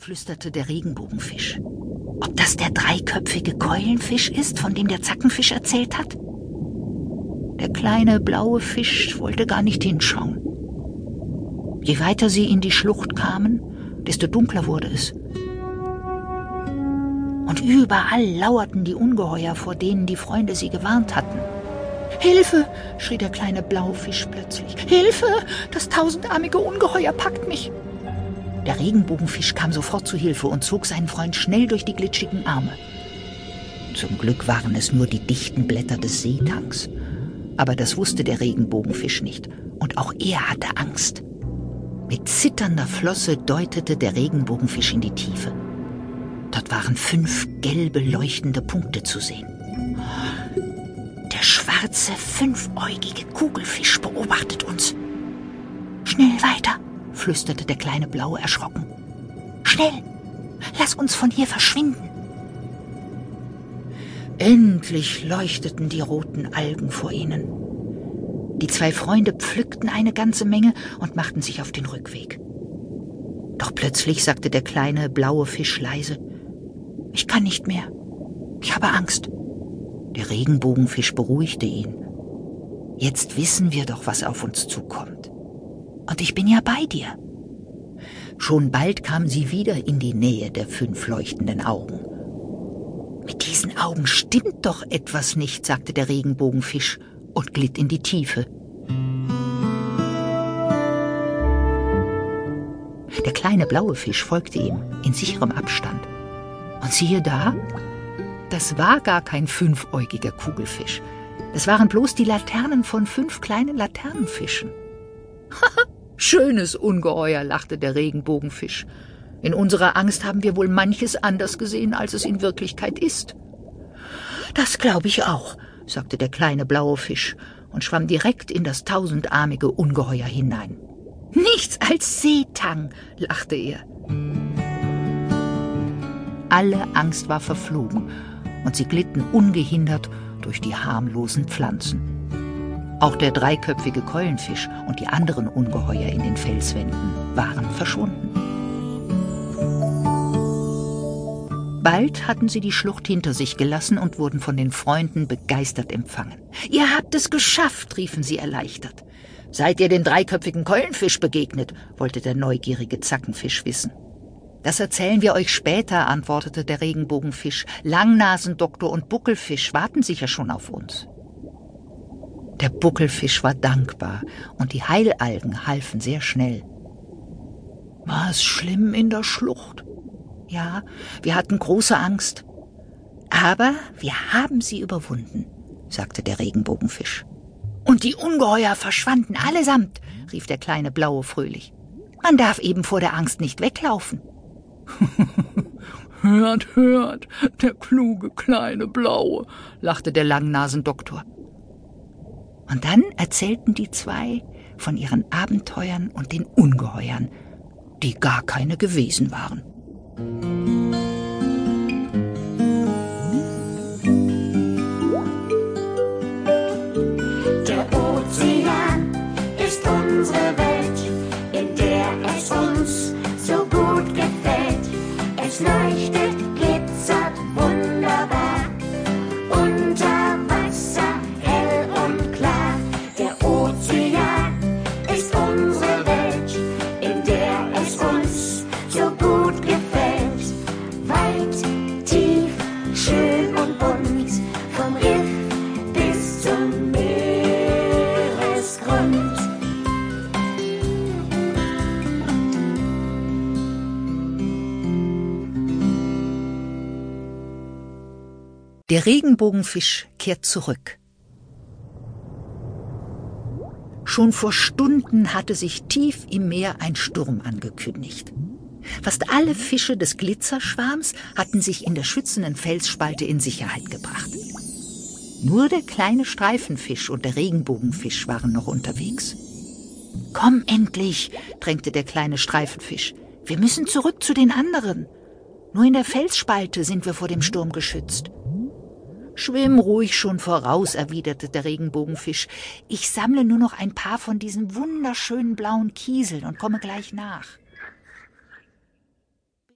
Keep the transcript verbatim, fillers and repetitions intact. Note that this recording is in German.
flüsterte der Regenbogenfisch. Ob das der dreiköpfige Keulenfisch ist, von dem der Zackenfisch erzählt hat? Der kleine blaue Fisch wollte gar nicht hinschauen. Je weiter sie in die Schlucht kamen, desto dunkler wurde es. Und überall lauerten die Ungeheuer, vor denen die Freunde sie gewarnt hatten. »Hilfe!« schrie der kleine blaue Fisch plötzlich. »Hilfe! Das tausendarmige Ungeheuer packt mich!« Der Regenbogenfisch kam sofort zu Hilfe und zog seinen Freund schnell durch die glitschigen Arme. Zum Glück waren es nur die dichten Blätter des Seetangs. Aber das wusste der Regenbogenfisch nicht. Und auch er hatte Angst. Mit zitternder Flosse deutete der Regenbogenfisch in die Tiefe. Dort waren fünf gelbe leuchtende Punkte zu sehen. Der schwarze, fünfäugige Kugelfisch beobachtet uns. »Schnell weiter«, flüsterte der kleine Blaue erschrocken. »Schnell, lass uns von hier verschwinden.« Endlich leuchteten die roten Algen vor ihnen. Die zwei Freunde pflückten eine ganze Menge und machten sich auf den Rückweg. Doch plötzlich sagte der kleine blaue Fisch leise: »Ich kann nicht mehr. Ich habe Angst.« Der Regenbogenfisch beruhigte ihn. »Jetzt wissen wir doch, was auf uns zukommt. Und ich bin ja bei dir.« Schon bald kamen sie wieder in die Nähe der fünf leuchtenden Augen. »Mit diesen Augen stimmt doch etwas nicht«, sagte der Regenbogenfisch und glitt in die Tiefe. Der kleine blaue Fisch folgte ihm in sicherem Abstand. Und siehe da, das war gar kein fünfäugiger Kugelfisch. Das waren bloß die Laternen von fünf kleinen Laternenfischen. »Haha, schönes Ungeheuer«, lachte der Regenbogenfisch. »In unserer Angst haben wir wohl manches anders gesehen, als es in Wirklichkeit ist.« »Das glaube ich auch«, sagte der kleine blaue Fisch und schwamm direkt in das tausendarmige Ungeheuer hinein. »Nichts als Seetang«, lachte er. Alle Angst war verflogen und sie glitten ungehindert durch die harmlosen Pflanzen. Auch der dreiköpfige Keulenfisch und die anderen Ungeheuer in den Felswänden waren verschwunden. Bald hatten sie die Schlucht hinter sich gelassen und wurden von den Freunden begeistert empfangen. »Ihr habt es geschafft«, riefen sie erleichtert. »Seid ihr den dreiköpfigen Keulenfisch begegnet?«, wollte der neugierige Zackenfisch wissen. »Das erzählen wir euch später«, antwortete der Regenbogenfisch. »Langnasendoktor und Buckelfisch warten sicher schon auf uns.« Der Buckelfisch war dankbar und die Heilalgen halfen sehr schnell. »War es schlimm in der Schlucht?« »Ja, wir hatten große Angst. Aber wir haben sie überwunden«, sagte der Regenbogenfisch. »Und die Ungeheuer verschwanden allesamt«, rief der kleine Blaue fröhlich. »Man darf eben vor der Angst nicht weglaufen.« »Hört, hört, der kluge kleine Blaue«, lachte der Langnasendoktor. Und dann erzählten die zwei von ihren Abenteuern und den Ungeheuern, die gar keine gewesen waren. Der Ozean ist unsere Welt, in der es uns so gut gefällt. Es leuchtet, glitzert wunderbar, unter Wasser hell und klar. Der Ozean ist unsere Welt, in der es uns so gut gefällt. Weit, tief, schön und bunt, vom Riff bis zum Meeresgrund. Der Regenbogenfisch kehrt zurück. Schon vor Stunden hatte sich tief im Meer ein Sturm angekündigt. Fast alle Fische des Glitzerschwarms hatten sich in der schützenden Felsspalte in Sicherheit gebracht. Nur der kleine Streifenfisch und der Regenbogenfisch waren noch unterwegs. »Komm endlich«, drängte der kleine Streifenfisch. »Wir müssen zurück zu den anderen. Nur in der Felsspalte sind wir vor dem Sturm geschützt.« »Schwimm ruhig schon voraus«, erwiderte der Regenbogenfisch. »Ich sammle nur noch ein paar von diesen wunderschönen blauen Kieseln und komme gleich nach.«